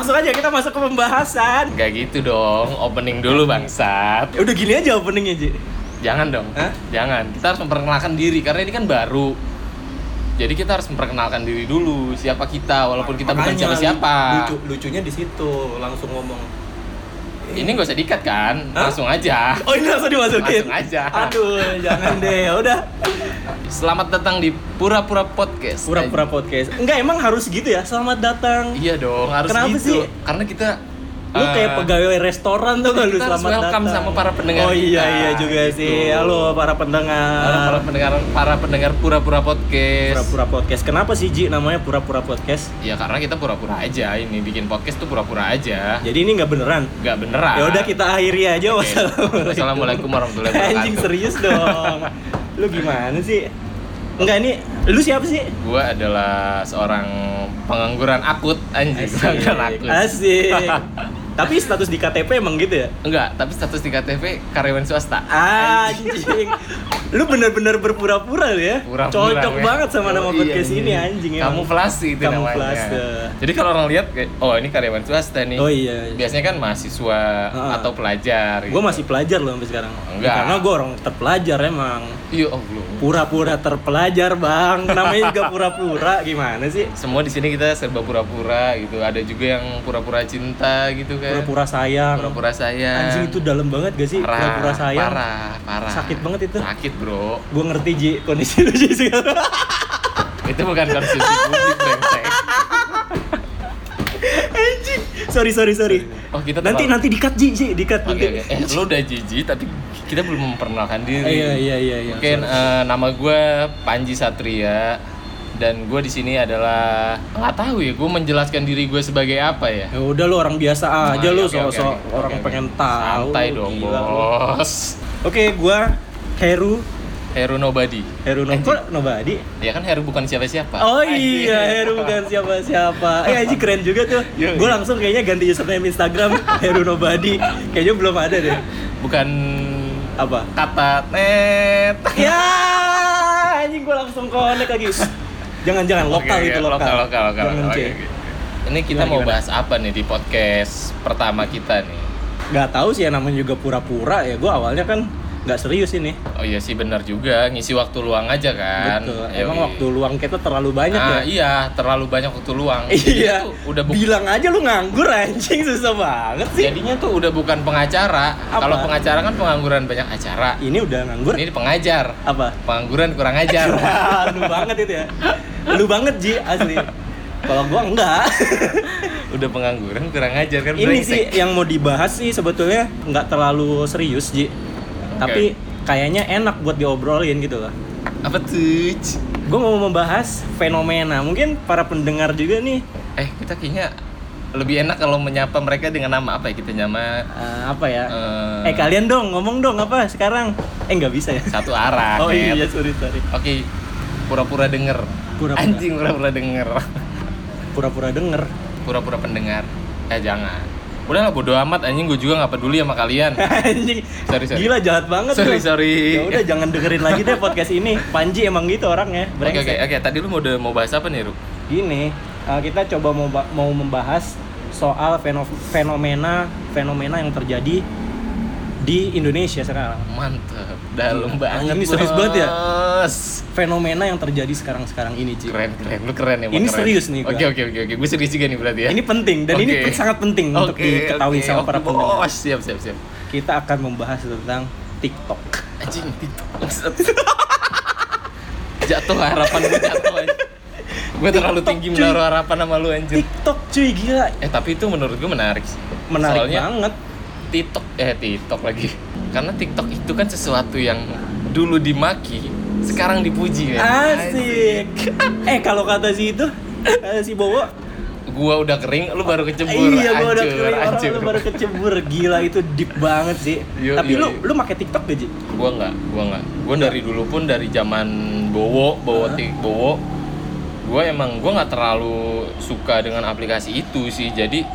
langsung aja kita masuk ke pembahasan. Gak gitu dong, opening dulu bangsat. Udah gini aja openingnya, Ji. Jangan dong. Hah? Jangan. Kita harus memperkenalkan diri karena ini kan baru. Jadi kita harus memperkenalkan diri dulu, siapa kita walaupun kita bukan siapa-siapa. Lucunya di situ, langsung ngomong. Ini gak usah diikat kan? Hah? Langsung aja. Oh, ini langsung dimasukin. Langsung aja. Aduh, jangan deh. Udah. Selamat datang di Pura-Pura Podcast. Pura-pura podcast. Enggak, emang harus gitu ya? Selamat datang. Iya dong, harus Kenapa gitu. sih? Karena kita Lu kayak pegawai restoran tuh kan lu kita harus selamat welcome datang sama para pendengar Oh iya kita. iya juga sih. Gitu. Halo para pendengar. para pendengar Pura-Pura Podcast. Pura-pura podcast. Kenapa sih Ji namanya pura-pura podcast? Ya karena kita pura-pura aja ini bikin podcast tuh pura-pura aja. Jadi ini nggak beneran. Nggak beneran. Ya udah kita akhiri aja. Oke. Wassalamualaikum warahmatullahi wabarakatuh. Anjing serius dong. Lu gimana sih? Enggak, ini lu siapa sih? Gua adalah seorang pengangguran akut anjing. Pengangguran akut. Asik. Tapi status di KTP emang gitu ya? Enggak, tapi status di KTP karyawan swasta. Anjing. Lu bener-bener berpura-pura lu ya? Pura-pura, Cocok weh. banget sama nama Oh, podcast iya, ini iya. anjing emang. Kamuflase itu Kamuflase. namanya. Jadi kalau orang lihat kayak oh ini karyawan swasta nih. Oh iya. Biasanya kan mahasiswa atau pelajar. Gue masih pelajar loh sampai sekarang. Enggak. Karena gue orang terpelajar emang. Iya Allah. Pura-pura terpelajar bang. Namanya juga pura-pura. Gimana sih? Semua di sini kita serba pura-pura gitu. Ada juga yang pura-pura cinta gitu kan. Pura-pura sayang. Pura-pura sayang. Anjing itu dalam banget gak sih? Pura-pura sayang. Parah. Sakit banget itu. Sakit bro. Gue ngerti Ji kondisi lu Ji sekarang. Itu bukan konsumsi publik brengsek. Anjing. Sorry. Oh kita Nanti di-cut Ji, di-cut Oke. Lo udah jijik tapi kita belum memperkenalkan diri. Iya. Mungkin nama gue Panji Satria dan gue di sini adalah nggak tahu ya gue menjelaskan diri gue sebagai apa ya. Ya udah lu orang biasa aja lu, sosok orang Oke. pengen tahu. Santai dong Gila lu. bos. Oke, gua Heru Nobody. Nobody. Ya kan Heru bukan siapa-siapa. Oh iya, Heru bukan siapa-siapa. Anjing keren juga tuh. Iya. Gue langsung kayaknya ganti username Instagram Heru Nobody. Kayaknya belum ada deh. Bukan Apa? kata net. Ya, anjing gue langsung connect lagi. Jangan lokal Oke, itu lokal. Jangan Oke. cek. Ini kita mau Gimana? bahas apa nih di podcast pertama kita nih? Gak tahu sih, yang namanya juga pura-pura ya. Gue awalnya kan nggak serius ini. Oh iya sih benar juga, ngisi waktu luang aja kan. Betul. Yoi. Emang waktu luang kita terlalu banyak ya. Iya, terlalu banyak waktu luang. Iya. Jadinya tuh udah Bilang aja lu nganggur anjing, susah banget sih. Jadinya tuh udah bukan pengacara. Apa? Kalau pengacara kan pengangguran banyak acara. Ini udah nganggur. Ini pengajar. Apa? Pengangguran kurang ajar. Lu banget itu ya. Lu banget Ji asli. Kalau gua enggak. Udah pengangguran kurang ajar kan. Ini brengsek. sih yang mau dibahas sih sebetulnya nggak terlalu serius Ji. Tapi kayaknya enak buat diobrolin gitu loh. Apa tuh? Gua mau membahas fenomena. Mungkin para pendengar juga nih. Kita kayaknya lebih enak kalau menyapa mereka dengan nama apa ya? Kita nyama Apa ya? eh, Kalian dong ngomong dong apa sekarang? Nggak bisa ya. satu arah. Oh Net. iya, sorry. Oke. Pura-pura denger. Pura-pura. Anjing pura-pura denger. Pura-pura denger. Pura-pura pendengar. Jangan. Udah lah bodo amat anjing, gue juga nggak peduli sama kalian. Anjing. Sorry. Gila jahat banget Sorry. Ya udah jangan dengerin lagi deh podcast ini. Panji emang gitu orangnya. Oke. Tadi lu mau bahas apa nih, Ru? Gini, kita coba mau membahas soal fenomena yang terjadi di Indonesia sekarang. Mantep, dalam banget. Ini serius banget ya? Bos. Fenomena yang terjadi sekarang ini, Ci. Keren, lu keren ya. Ini serius nih, Oke. Gue serius juga nih berarti ya. Ini penting dan ini Oke. sangat penting untuk diketahui sama para pendengar. Bos, siap. Kita akan membahas tentang TikTok. Anjing TikTok. Jatuh harapan gue jatuh aja. Gue terlalu TikTok, tinggi cuy. menaruh harapan sama lu anjir. TikTok cuy, gila. Tapi itu menurut gue menarik sih. Menarik Soalnya banget. TikTok lagi. Karena TikTok itu kan sesuatu yang dulu dimaki, sekarang dipuji kan. Asik. Kalau kata si itu, si Bowo, Gua udah kering, lu baru kecebur. iya, gua udah kering, orang hancur. lu baru kecebur. Gila, itu deep banget sih. Tapi Yo. lu pakai TikTok gak, Ji? Gua enggak. Gua dari dulu pun dari zaman Bowo, gua emang nggak terlalu suka dengan aplikasi itu sih. Jadi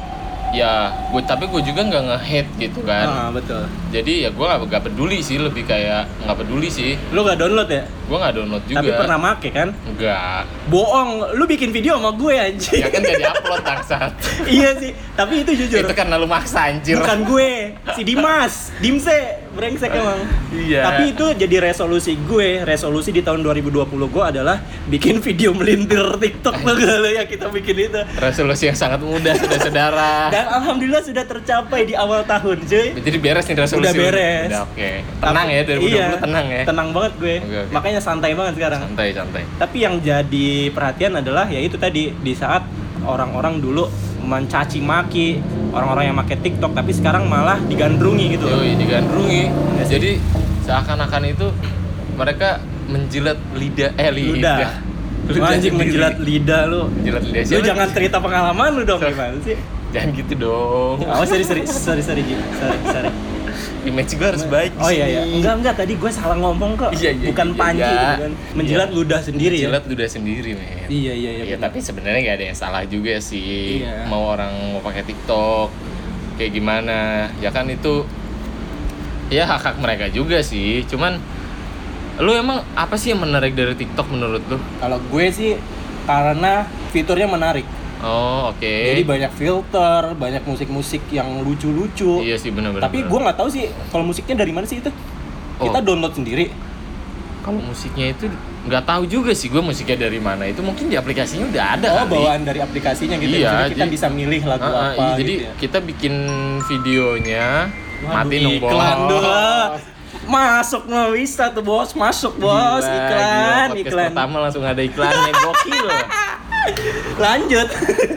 ya tapi gue juga nggak nge-hate gitu kan. Betul. Jadi ya gue nggak peduli sih, lebih kayak nggak peduli sih. Lu nggak download ya? Gue nggak download juga. Tapi pernah make kan? Enggak. Bohong, lu bikin video sama gue anjing. Ya kan gak di-upload bangsat. Iya sih, tapi itu jujur. Itu karena lu maksa anjir. Bukan gue, si Dimas, Dimse, brengsek emang. Iya. Tapi itu jadi resolusi gue. Resolusi di tahun 2020 gue adalah bikin video melintir TikTok tuh kalau yang kita bikin itu. Resolusi yang sangat mudah, saudara-saudara. Dan alhamdulillah sudah tercapai di awal tahun, cuy. Jadi beres nih resolusi. Udah beres. Udah oke. Tenang ya 2020 iya, tenang ya. Tenang banget gue. Oke. Makanya santai banget sekarang. Santai. Tapi yang jadi perhatian adalah ya itu tadi, di saat orang-orang dulu mencaci maki orang-orang yang pakai TikTok, tapi sekarang malah digandrungi gitu. Yoi, digandrungi. Ya, Jadi seakan-akan itu mereka menjilat lidah. Lu anjing menjilat lidah lu. Menjilat lidah. Lu jangan cerita pengalaman lu dong, gimana sih? Jangan gitu dong. Oh, sorry Ji. Sorry. Image gue harus baik. Oh iya. Enggak, tadi gue salah ngomong kok. Iya, Bukan panji iya. gitu kan. Menjilat ludah sendiri ya. Menjilat ludah sendiri, men. Iya. Iya, tapi sebenarnya nggak ada yang salah juga sih. Iya. Mau orang mau pakai TikTok kayak gimana, ya kan itu ya hak mereka juga sih. Cuman lu emang apa sih yang menarik dari TikTok menurut lu? Kalau gue sih karena fiturnya menarik. Oh, oke. Jadi banyak filter, banyak musik-musik yang lucu-lucu. Iya sih, benar-benar. Tapi gue nggak tahu sih kalau musiknya dari mana sih itu. Kita download sendiri. Kalau musiknya itu nggak tahu juga sih gue musiknya dari mana. Itu mungkin di aplikasinya udah ada. Oh, bawaan dari aplikasinya gitu. Iya, jadi kita bisa milih lagu apa jadi gitu ya. kita bikin videonya, matiin dong bos. Iklan dong. Masuk nggak bisa tuh bos, masuk bos. Gila, podcast iklan. pertama langsung ada iklannya, gokil. Lanjut.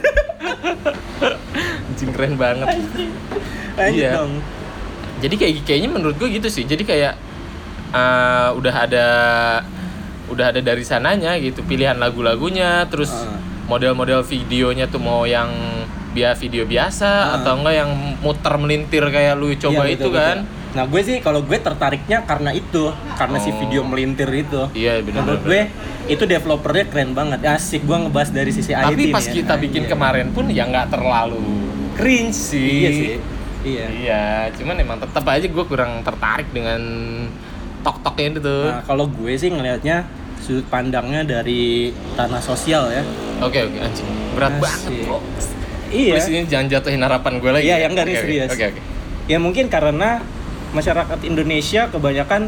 Anjing keren banget. Lanjut Iya. dong. Jadi kayaknya menurut gue gitu sih. Jadi kayak udah ada dari sananya gitu, pilihan lagu-lagunya, terus model-model videonya tuh mau yang video biasa atau enggak yang muter melintir kayak lu coba Iya, itu betul, kan. betul. Nah gue sih kalau gue tertariknya karena itu, karena si video melintir itu. Iya, benar. Menurut gue itu developernya keren banget, asik. Gue ngebahas dari sisi IT. Tapi pas nih, kita bikin kemarin pun ya nggak terlalu cringe sih. Iya sih. Iya, cuman emang tetap aja gue kurang tertarik dengan tok-toknya itu tuh. Nah kalau gue sih ngelihatnya sudut pandangnya dari ranah sosial ya. Oke, anjing. Berat Asik. banget, bro. Iya. Please, ini jangan jatuhin harapan gue lagi. Iya, ya? yang nggak Oke, serius. Oke. Ya mungkin karena masyarakat Indonesia kebanyakan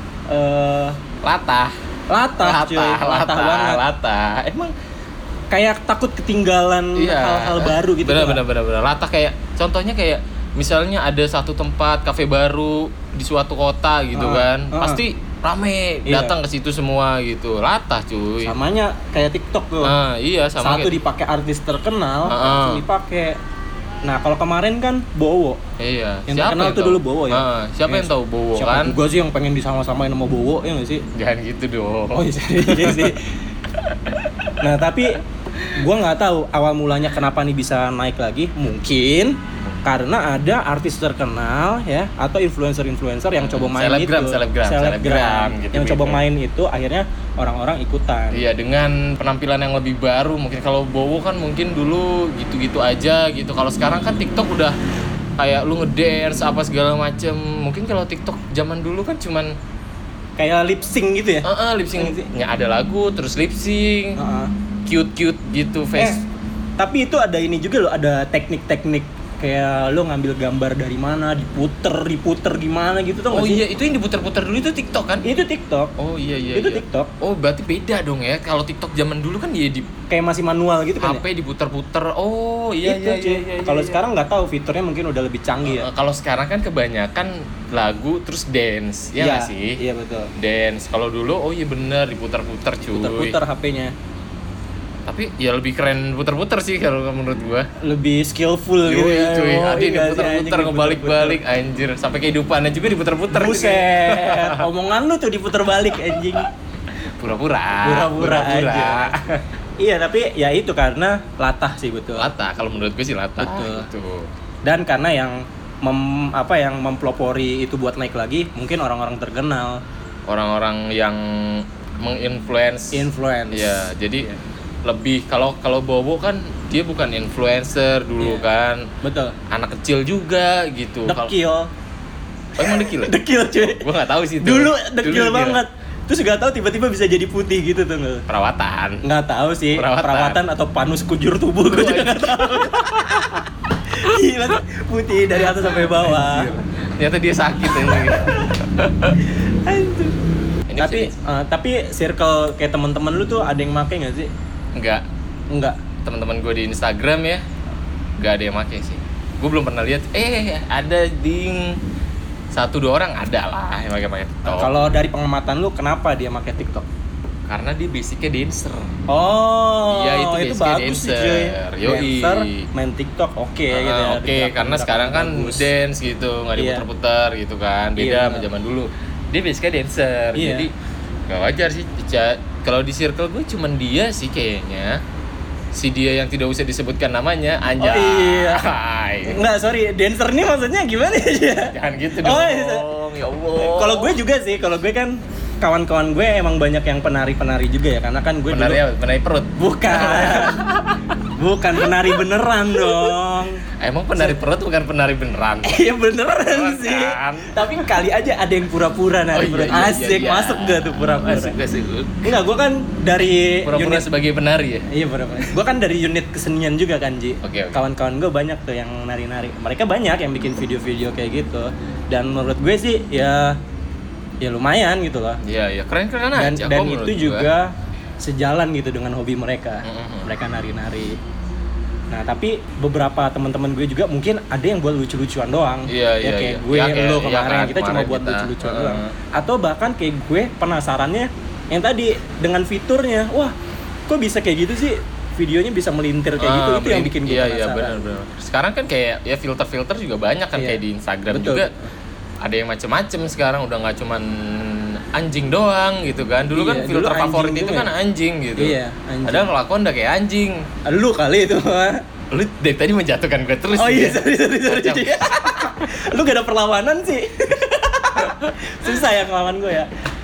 Latah latah banget. Latah. Emang Kayak takut ketinggalan hal-hal baru gitu. Benar. Latah kayak contohnya kayak misalnya ada satu tempat kafe baru di suatu kota gitu kan. Pasti rame datang ke situ semua gitu. Latah cuy. Samanya kayak TikTok tuh. Iya sama Satu kayak... dipakai artis terkenal, langsung dipakai. Nah, kalau kemarin kan Bowo. Iya. Yang terkenal tuh dulu Bowo ya. Siapa yang tahu Bowo kan? Siapa juga sih yang pengen disama-samain sama Bowo, ya nggak sih? Jangan gitu dong. Oh iya sih. Nah, tapi gua nggak tahu awal mulanya kenapa nih bisa naik lagi. Mungkin karena ada artis terkenal ya atau influencer yang coba main selebgram gitu, yang coba main itu akhirnya orang-orang ikutan. Iya, dengan penampilan yang lebih baru. Mungkin kalau Bowo kan mungkin dulu gitu-gitu aja gitu. Kalau sekarang kan TikTok udah kayak lu ngedance apa segala macem. Mungkin kalau TikTok zaman dulu kan cuman kayak lip sync gitu ya. Lip sync nggak ada lagu terus lip sync. Cute gitu face. Tapi itu ada ini juga loh, ada teknik-teknik kayak lo ngambil gambar dari mana, diputer gimana gitu tuh. Oh iya, itu yang diputer-puter dulu itu TikTok kan? Itu TikTok. Oh iya. Itu TikTok. Oh, berarti beda dong ya. Kalau TikTok zaman dulu kan dia di kayak masih manual gitu kan. HP diputer-puter. Oh, iya. Kalau sekarang nggak tahu, fiturnya mungkin udah lebih canggih ya. Kalau sekarang kan kebanyakan lagu terus dance, ya nggak sih? Iya betul. Dance. Kalau dulu oh iya bener diputer-puter cuy. Puter HP-nya. Tapi ya lebih keren puter-puter sih kalau menurut gua. Lebih skillful gitu ya. Cuy, ada iya diputer-puter ngebalik-balik anjir. Sampai kehidupannya juga diputer-puter. Buset. Omongan lu tuh diputer balik anjing. Pura-pura aja. Iya, tapi ya itu karena latah sih betul. Latah, kalau menurut gue sih latah. Betul. Dan karena yang mempelopori itu buat naik lagi, mungkin orang-orang terkenal, orang-orang yang menginfluence. Influence. Ya, jadi lebih kalau Bowo kan dia bukan influencer dulu kan. Betul. Anak kecil juga gitu. Dekil. Oh, emang dekil? Dekil cuy. Gua enggak tahu sih itu. Dulu dekil banget. Terus gak tahu tiba-tiba bisa jadi putih gitu tuh nggak? Perawatan. Nggak tahu sih. Perawatan atau panus kujur tubuh gue juga nggak tahu. Gila, putih dari atas sampai bawah. Ternyata dia sakit ya. Tapi circle kayak teman-teman lu tuh ada yang make nggak sih? Enggak. Teman-teman gue di Instagram ya, nggak ada yang make sih. Gue belum pernah lihat. Ada ding. 1-2 orang ada lah yang pakai TikTok. Kalau dari pengamatan lu, kenapa dia pakai TikTok? Karena dia basicnya dancer. Oh, iya itu bagus sih cuy. Yoi. Dancer, main TikTok, oke gitu ya. Oke, karena sekarang kan dance gitu, nggak diputer-puter gitu kan. Beda sama zaman dulu. Dia basicnya dancer, jadi nggak wajar sih. Kalau di circle gue cuman dia sih kayaknya. Si dia yang tidak usah disebutkan namanya, anjay. Oh iya. Enggak, sorry, dancer ini maksudnya gimana ya? Jangan gitu dong. Ya Allah. Kalau gue juga sih, kalau gue kan kawan-kawan gue emang banyak yang penari-penari juga ya, karena kan gue penari perut. Bukan penari beneran dong. Emang penari perut bukan penari beneran? Iya beneran sih. Tapi kali aja ada yang pura-pura nari perut. Asik, masuk gak tuh pura-pura? Masuk gak sih? Enggak, gue kan dari pura-pura sebagai penari ya? Iya pura-pura. Gue kan dari unit kesenian juga kan, Ji. Okay. Kawan-kawan gue banyak tuh yang nari-nari. Mereka banyak yang bikin video-video kayak gitu. Dan menurut gue sih ya lumayan gitu loh. Iya, keren-keren aja. Dan itu juga sejalan gitu dengan hobi mereka. Mereka nari-nari. Nah, tapi beberapa teman-teman gue juga mungkin ada yang buat lucu-lucuan doang. Kayak gue, lo kemarin kita cuma buat lucu-lucuan doang. Atau bahkan kayak gue penasarannya yang tadi dengan fiturnya, wah, kok bisa kayak gitu sih? Videonya bisa melintir kayak gitu, itu yang bikin gue penasaran. Iya, benar. Sekarang kan kayak ya filter-filter juga banyak kan, kayak di Instagram juga. Ada yang macem-macem sekarang, udah nggak cuman anjing doang gitu kan. Dulu kan filter favorit itu kan anjing gitu. Iya, anjing. Padahal kelakuan udah kayak anjing. Lu kali itu mah. Lu dari tadi menjatuhkan gue terus. Oh iya, sorry. Lu gak ada perlawanan sih. Susah ya ngelawan gue ya.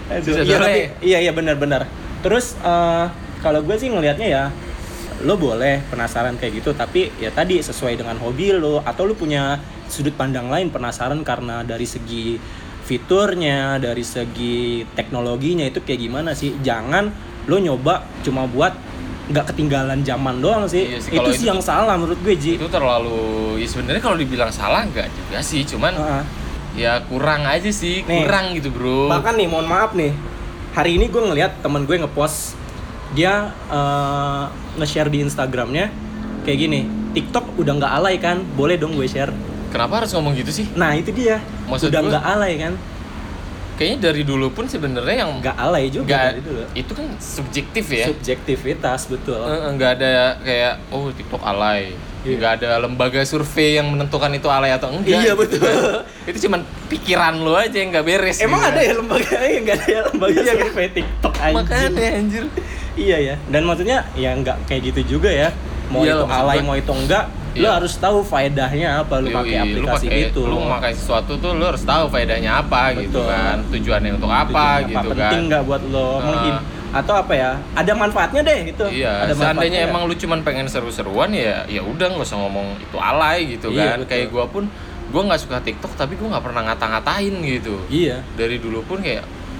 Iya benar. Terus kalau gue sih ngelihatnya ya, lo boleh penasaran kayak gitu, tapi ya tadi sesuai dengan hobi lo, atau lo punya sudut pandang lain penasaran karena dari segi fiturnya, dari segi teknologinya itu kayak gimana sih. Jangan lo nyoba cuma buat nggak ketinggalan zaman doang sih. Iya sih, itu sih yang salah menurut gue, Ji. Itu terlalu, ya sebenarnya kalau dibilang salah nggak juga sih, cuman ya kurang aja sih. Kurang gitu bro. Bahkan nih, mohon maaf nih, hari ini gue ngeliat temen gue ngepost, dia nge-share di Instagramnya kayak gini, TikTok udah nggak alay kan, boleh dong gue share. Kenapa harus ngomong gitu sih? Nah itu dia, maksud udah nggak alay kan. Kayaknya dari dulu pun sebenarnya yang nggak alay juga. Itu kan subjektif ya. Subjektivitas, betul. Nggak ada kayak TikTok alay. Nggak ada lembaga survei yang menentukan itu alay atau enggak. Iya betul. Itu cuma pikiran lo aja yang nggak beres. Emang gitu. Ada ya lembaga? Nggak ada ya lembaga survei TikTok aja. Makanya anjir. Iya ya. Dan maksudnya ya nggak kayak gitu juga ya. Mau itu alay mau itu enggak. Lo harus tahu faedahnya apa lo pakai aplikasi itu. Lo pakai sesuatu tuh lo harus tahu faedahnya apa. Betul. Gitu kan. Tujuannya untuk apa gitu kan. Penting nggak buat lo atau apa ya? Ada manfaatnya deh gitu. Iya. Ada seandainya emang lu cuman pengen seru-seruan ya udah nggak usah ngomong itu alay gitu kan. Betul. Kayak gue nggak suka TikTok tapi gue nggak pernah ngata-ngatain gitu. Iya. Dari dulu pun kayak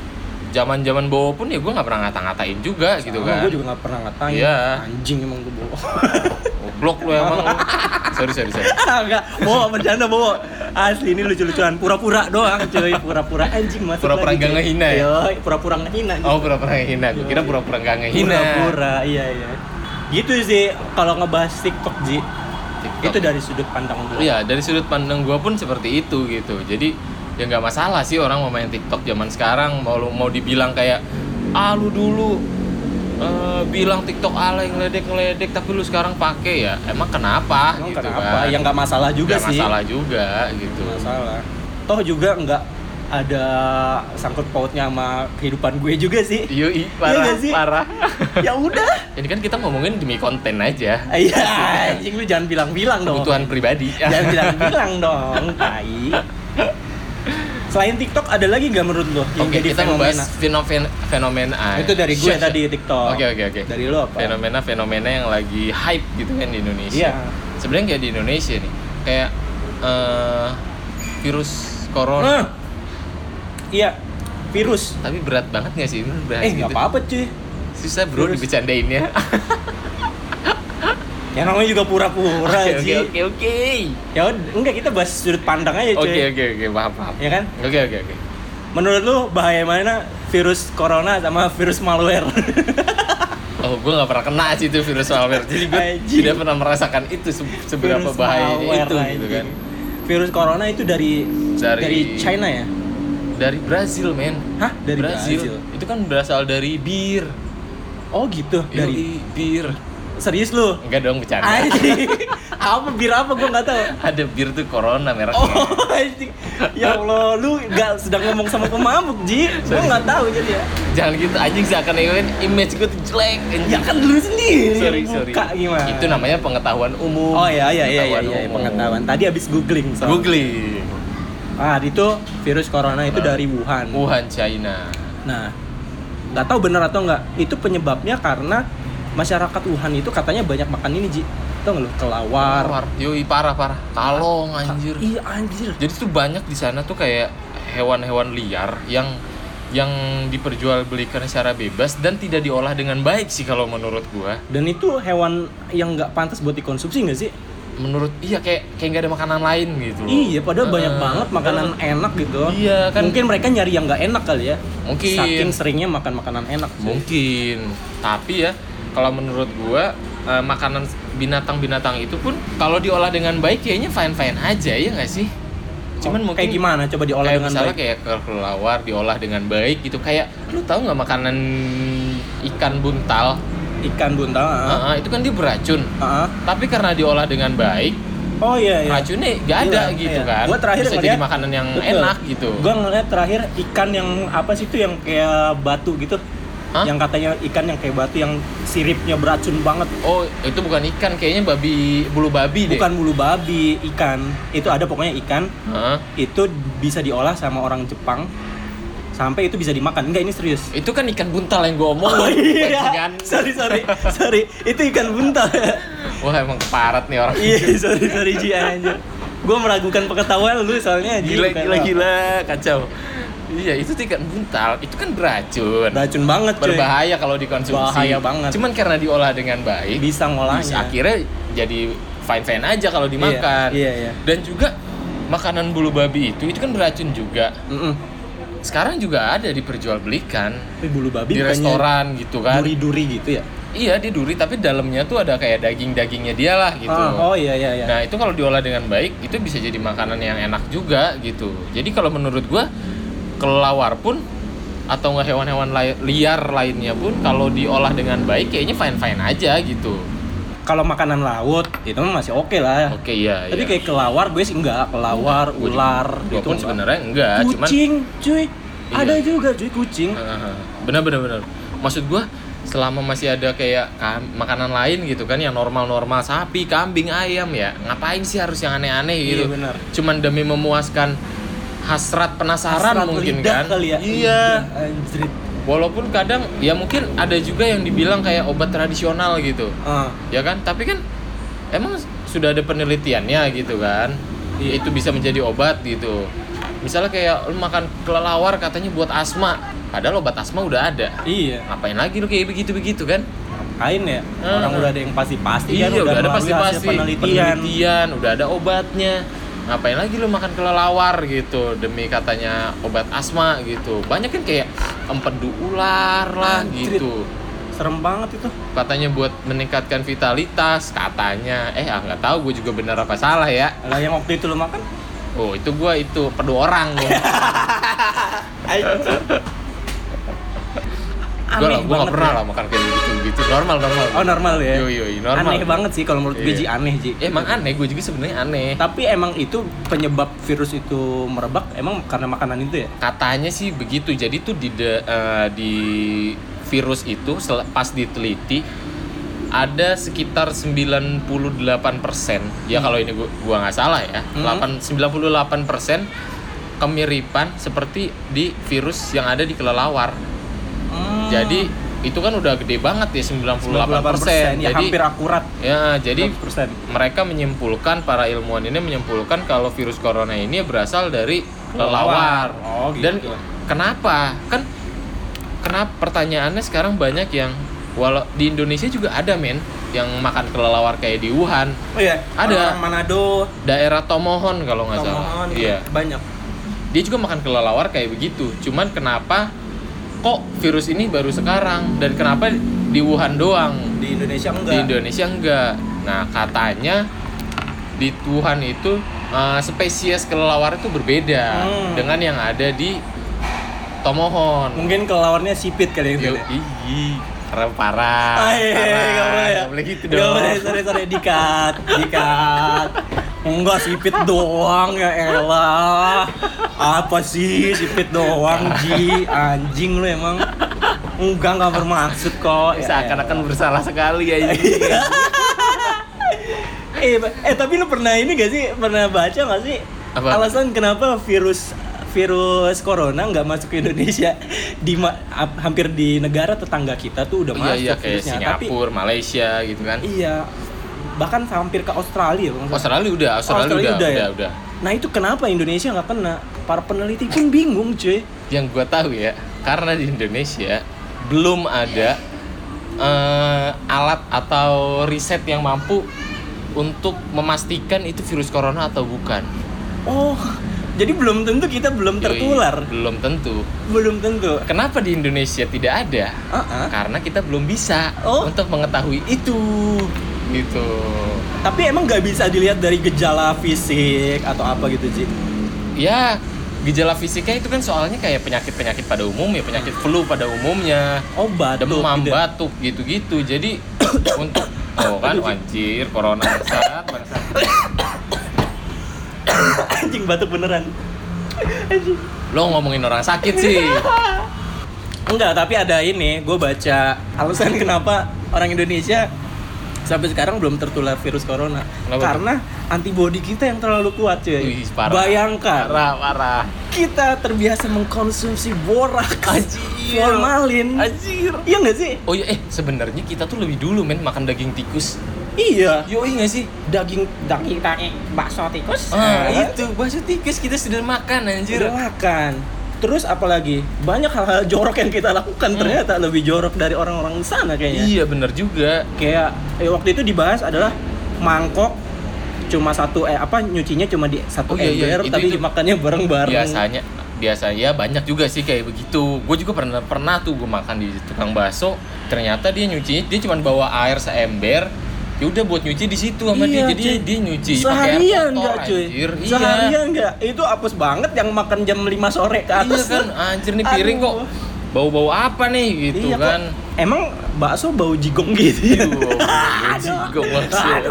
zaman Bowo pun ya gue nggak pernah ngata-ngatain juga gitu kan. Gue juga nggak pernah ngatain. Iya. Anjing emang gue Bowo. Goblok lu emang. Sorry. Enggak, Bowo bercanda Bowo. Asli ini lucu-lucuan, pura-pura doang cuy, pura-pura anjing masuk pura-pura lagi. Pura-pura ngehina ya? Yoi, pura-pura ngehina gitu. Oh, pura-pura ngehina. Gue kira pura-pura enggak ngehina. Pura-pura, iya. Gitu sih kalau ngebahas TikTok, Ji. Itu dari sudut pandang gue. Iya, dari sudut pandang gue pun seperti itu gitu. Jadi ya nggak masalah sih orang mau main TikTok zaman sekarang, mau dibilang kayak lu dulu bilang TikTok alay ngeledek tapi lu sekarang pakai ya emang kenapa gitu kan. Ya nggak masalah juga sih. Nggak masalah juga gitu. Masalah. Toh juga nggak ada sangkut pautnya sama kehidupan gue juga sih. Iya parah. Ya udah. Ini kan kita ngomongin demi konten aja. Iya, anjing lu jangan bilang-bilang dong. Kebutuhan pribadi. Jangan bilang-bilang dong, tai. Selain TikTok ada lagi nggak menurut lo yang Oke, jadi kita fenomena? membahas fenomena. Itu dari gue tadi TikTok. Oke. Dari lo apa? Fenomena yang lagi hype gitu kan di Indonesia. Iya. Sebenarnya kayak di Indonesia nih, kayak virus corona. Iya, virus. Tapi berat banget nggak sih ini bahas Nggak gitu? apa-apa cuy. Susah bro Virus. dibecandainnya. Ya namanya juga pura-pura Ji. Oke. Ya enggak, kita bahas sudut pandang aja cuy. Oke, paham. Ya kan? Oke. Menurut lu bahaya mana virus corona sama virus malware? Oh, gue nggak pernah kena sih itu virus malware. Jadi gue Anjing. tidak pernah merasakan itu seberapa Virus bahayanya malware, itu gitu anjing. kan. Virus corona itu dari China ya? Dari Brazil, men. Hah? Dari Brazil? Itu kan berasal dari bir. Oh gitu, dari bir. serius lu? Enggak dong, bercanda. Anjing. Apa bir apa gua nggak tahu. Ada bir tuh Corona mereknya. Oh, anjing. Ya Allah, lu nggak sedang ngomong sama pemabuk, Ji. Gua nggak tahu jadi ya. Jangan gitu, anjing seakan image gue tuh jelek. Anjing. Ya kan lu sendiri Sorry. yang buka gimana? Itu namanya pengetahuan umum. Oh iya, umum. pengetahuan. Tadi habis googling soalnya. Googling. Itu virus corona itu dari Wuhan. Wuhan, China. Nah, nggak tahu benar atau nggak. Itu penyebabnya karena masyarakat Wuhan itu katanya banyak makan ini, Ji. Tau nggak lu? Kelawar. Yoi, parah. Kalong, anjir. Iya, anjir. Jadi tuh banyak di sana tuh kayak hewan-hewan liar yang diperjualbelikan secara bebas dan tidak diolah dengan baik sih kalau menurut gua. Dan itu hewan yang nggak pantas buat dikonsumsi nggak sih? Menurut kayak nggak ada makanan lain gitu loh. Iya, padahal banyak banget makanan enak gitu. Iya kan. Mungkin mereka nyari yang nggak enak kali ya. Mungkin. Saking seringnya makan makanan enak. Sih. Mungkin. Tapi ya kalau menurut gua makanan binatang-binatang itu pun kalau diolah dengan baik kayaknya fine-fine aja ya nggak sih? Cuman mungkin kayak gimana? Coba diolah kayak dengan misalnya baik. kayak kelelawar diolah dengan baik gitu. Kayak lu tahu nggak makanan ikan buntal? Ikan buntal. Itu kan dia beracun. Tapi karena diolah dengan baik, oh iya. racunnya nggak ada gitu kan. Gua terakhir bisa ngeliat, jadi makanan yang enak gitu. Gua ngeliat terakhir ikan yang apa sih itu yang kayak batu gitu. Yang katanya ikan yang kayak batu yang siripnya beracun banget. Oh, itu bukan ikan, kayaknya bulu babi deh. Bukan bulu babi, ikan. Itu ada pokoknya ikan. Itu bisa diolah sama orang Jepang. Sampai itu bisa dimakan. Enggak, ini serius. Itu kan ikan buntal yang gue omong. Oh iya. Sorry. Itu ikan buntal. Wah, emang keparat nih orang. Iya, sorry Ji anjir. Gue meragukan pengetahuan lu soalnya Ji. Gila, kacau. Iya, itu ikan buntal, itu kan beracun. Beracun banget, cuy. Berbahaya kalau dikonsumsi. Bahaya banget. Cuman karena diolah dengan baik, bisa ngolahnya. Akhirnya jadi fine-fine aja kalau dimakan. Iya. Dan juga makanan bulu babi itu kan beracun juga. Sekarang juga ada diperjualbelikan. Tapi bulu babi di restoran gitu kan. Duri-duri gitu ya? Iya, dia duri tapi dalamnya tuh ada kayak daging-dagingnya dia lah gitu. Oh iya. Nah, itu kalau diolah dengan baik itu bisa jadi makanan yang enak juga gitu. Jadi kalau menurut gua kelelawar pun atau nggak hewan-hewan liar lainnya pun kalau diolah dengan baik kayaknya fine-fine aja gitu. Kalau makanan laut itu masih oke lah. Oke, iya. Tapi kayak kelawar gue sih enggak, kelawar, ular gue gitu pun sebenarnya enggak, kucing, cuy. Iya. Ada juga cuy kucing. Benar. Maksud gua selama masih ada kayak makanan lain gitu kan yang normal-normal, sapi, kambing, ayam ya, ngapain sih harus yang aneh-aneh gitu? Iya, benar. Cuman demi memuaskan hasrat penasaran mungkin kan? Kali ya? Iya. Anjrit. Walaupun kadang ya mungkin ada juga yang dibilang kayak obat tradisional gitu. Ya kan? Tapi kan emang sudah ada penelitiannya gitu kan. Iya. Itu bisa menjadi obat gitu. Misalnya kayak lu makan kelelawar katanya buat asma. Padahal obat asma udah ada. Iya. Ngapain lagi lu kayak begitu-begitu kan? Ngapain ya? Orang udah ada yang pasti-pasti kan. Iya, udah ada pasti-pasti penelitian, udah ada obatnya. Ngapain lagi lu makan kelelawar gitu demi katanya obat asma gitu. Banyak kan kayak empedu ular lah gitu. Serem banget itu. Katanya buat meningkatkan vitalitas katanya. Nggak tahu gue juga benar apa salah ya. Lah yang waktu itu lu makan? Oh, itu gue empedu orang gua. Aneh gue banget. gak pernah lah makan kayak gitu. Normal. Oh, normal ya. Yoi, normal. Aneh banget sih kalau menurut gue Ji, aneh Ji. Emang aneh, gue juga sebenarnya aneh. Tapi emang itu penyebab virus itu merebak emang karena makanan itu ya? Katanya sih begitu. Jadi tuh di virus itu pas diteliti ada sekitar 98%. Ya kalau ini gua nggak salah ya. 98% kemiripan seperti di virus yang ada di kelelawar. Jadi itu kan udah gede banget ya 98%. Ya, jadi hampir akurat. Ya, jadi 100%. mereka menyimpulkan, para ilmuwan ini menyimpulkan kalau virus corona ini berasal dari kelelawar. Oh, gitu. Dan kenapa? Kenapa pertanyaannya sekarang banyak yang walau di Indonesia juga ada yang makan kelelawar kayak di Wuhan. Oh iya, ada orang Manado, daerah Tomohon kalau nggak salah. Tomohon, Iya. banyak. Dia juga makan kelelawar kayak begitu. Cuman kenapa kok virus ini baru sekarang dan kenapa di Wuhan doang? Di Indonesia enggak. Di Indonesia enggak. Nah, katanya di Wuhan itu spesies kelelawar itu berbeda dengan yang ada di Tomohon. Mungkin kelelawarnya sipit kali itu. Ih, keren parah. Nggak boleh ya? Nggak boleh gitu Nggak dong. boleh, sorry, dikat. Enggak, sipit doang, ya elah. Apa sih sipit doang, Ji? Anjing lu emang. Enggak bermaksud kok. Seakan-akan bersalah sekali ya ini. Tapi lu pernah ini gak sih? Pernah baca gak sih? Apa? Alasan kenapa virus corona nggak masuk ke Indonesia hampir di negara tetangga kita tuh udah masuk Iya, kayak virusnya. Singapura, Malaysia gitu kan. Iya, bahkan hampir ke Australia. Australia udah. Nah itu kenapa Indonesia nggak kena? Para peneliti pun bingung, cuy. Yang gua tahu ya, karena di Indonesia belum ada alat atau riset yang mampu untuk memastikan itu virus corona atau bukan. Oh, jadi belum tentu kita belum tertular. Belum tentu. Belum tentu. Kenapa di Indonesia tidak ada? Karena kita belum bisa untuk mengetahui itu. Gitu. Tapi emang nggak bisa dilihat dari gejala fisik atau apa gitu, Ji? Ya, gejala fisiknya itu kan soalnya kayak penyakit-penyakit pada umumnya, penyakit flu pada umumnya. Oh, batuk. Demam, gitu. batuk gitu-gitu. Jadi untuk anjir, corona bangsat. Anjing, batuk beneran. Anjing. Lo ngomongin orang sakit sih. Enggak, tapi ada ini, gue baca alasan kenapa orang Indonesia sampai sekarang belum tertular virus corona. Kenapa? Karena antibodi kita yang terlalu kuat, cuy. Wih, parah. Bayangkan, Parah. kita terbiasa mengkonsumsi borak, Anjir. formalin. Anjir. Iya nggak sih? Oh iya, sebenarnya kita tuh lebih dulu makan daging tikus. Iya. Yoi nggak sih? Daging bakso tikus. Itu bakso tikus kita sudah makan anjir. Udah makan. Terus apalagi banyak hal-hal jorok yang kita lakukan ternyata lebih jorok dari orang-orang sana kayaknya. Iya bener juga. Kayak waktu itu dibahas adalah mangkok cuma satu nyucinya cuma di satu ember tapi itu dimakannya bareng-bareng. Biasanya banyak juga sih kayak begitu. Gue juga pernah tuh gue makan di tukang bakso. Ternyata dia nyucinya dia cuma bawa air seember. Ya udah buat nyuci di situ sama dia. Jadi dia nyuci pakai air kotor anjir. Seharian enggak. Itu apes banget yang makan jam 5 sore ke atas. Iya kan, anjir nih piring kok bau-bau apa nih gitu iya, kan. Kok, emang bakso bau jigong gitu ya? Jigong maksudnya.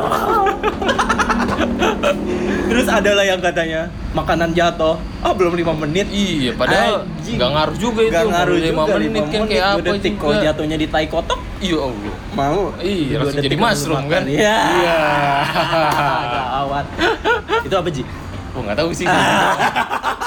Terus adalah yang katanya makanan jatuh. Belum 5 menit. Iya, padahal nggak ngaruh juga itu. Nggak ngaruh 5 menit kan kayak apa detik juga. Kalau jatuhnya di tai kotok. Iya Allah. Mau. Iya, langsung jadi mushroom kan. Iya. Gawat. Itu apa, Ji? Oh, nggak tahu sih.